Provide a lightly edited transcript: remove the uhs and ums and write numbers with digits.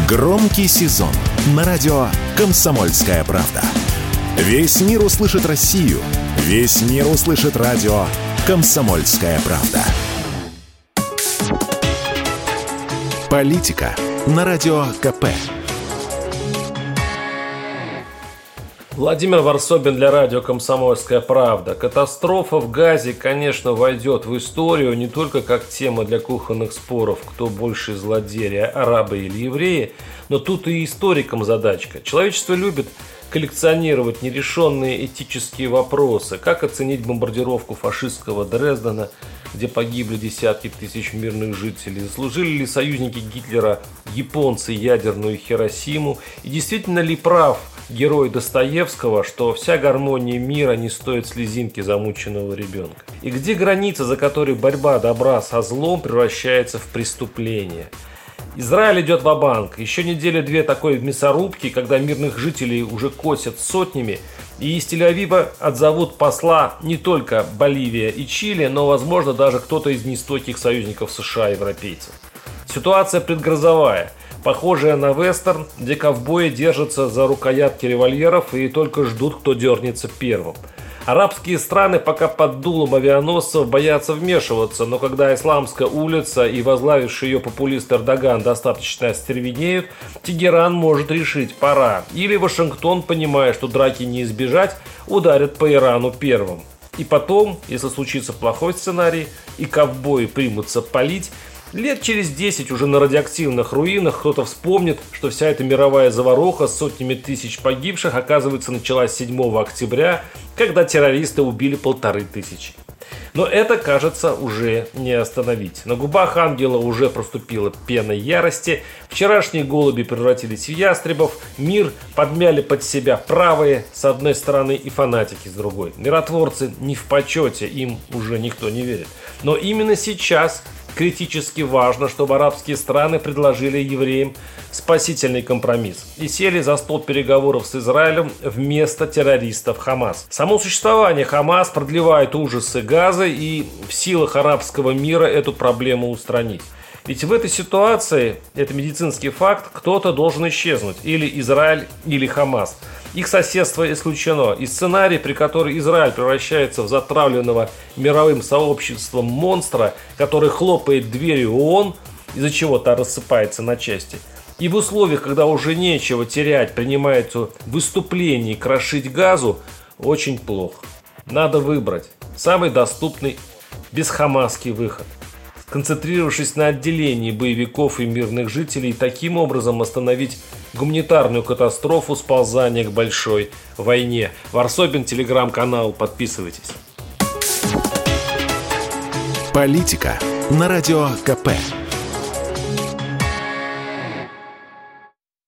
Громкий сезон на радио «Комсомольская правда». Весь мир услышит Россию. Весь мир услышит радио «Комсомольская правда». Политика на радио КП. Владимир Варсобин для радио «Комсомольская правда». Катастрофа в Газе, конечно, войдет в историю не только как тема для кухонных споров, кто больше злодеи, арабы или евреи, но тут и историкам задачка. Человечество любит коллекционировать нерешенные этические вопросы. Как оценить бомбардировку фашистского Дрездена, где погибли десятки тысяч мирных жителей? Заслужили ли союзники Гитлера, японцы, ядерную Хиросиму? И действительно ли прав герой Достоевского, что вся гармония мира не стоит слезинки замученного ребенка? И где граница, за которой борьба добра со злом превращается в преступление? Израиль идет ва-банк. Еще недели-две такой мясорубки, когда мирных жителей уже косят сотнями, и из Тель-Авива отзовут посла не только Боливия и Чили, но, возможно, даже кто-то из нестойких союзников США, европейцев. Ситуация предгрозовая, похожая на вестерн, где ковбои держатся за рукоятки револьверов и только ждут, кто дернется первым. Арабские страны пока под дулом авианосцев боятся вмешиваться, но когда Исламская улица и возглавивший ее популист Эрдоган достаточно остервенеют, Тегеран может решить: пора. Или Вашингтон, понимая, что драки не избежать, ударит по Ирану первым. И потом, если случится плохой сценарий и ковбои примутся палить, лет через 10 уже на радиоактивных руинах кто-то вспомнит, что вся эта мировая заваруха с сотнями тысяч погибших, оказывается, началась 7 октября, когда террористы убили 1500. Но это, кажется, уже не остановить. На губах ангела уже проступила пена ярости, вчерашние голуби превратились в ястребов, мир подмяли под себя правые с одной стороны и фанатики с другой. Миротворцы не в почете, им уже никто не верит. Но именно сейчас критически важно, чтобы арабские страны предложили евреям спасительный компромисс и сели за стол переговоров с Израилем вместо террористов Хамас. Само существование Хамас продлевает ужасы Газа, и в силах арабского мира эту проблему устранить. Ведь в этой ситуации, это медицинский факт, кто-то должен исчезнуть. Или Израиль, или Хамас. Их соседство исключено. И сценарий, при котором Израиль превращается в затравленного мировым сообществом монстра, который хлопает дверью ООН, из-за чего та рассыпается на части, и в условиях, когда уже нечего терять, принимается выступление крошить Газу, очень плохо. Надо выбрать самый доступный бесхамасский выход, концентрировавшись на отделении боевиков и мирных жителей, и таким образом остановить гуманитарную катастрофу сползания к большой войне. Варсобин, телеграм-канал, подписывайтесь. Политика на радио КП.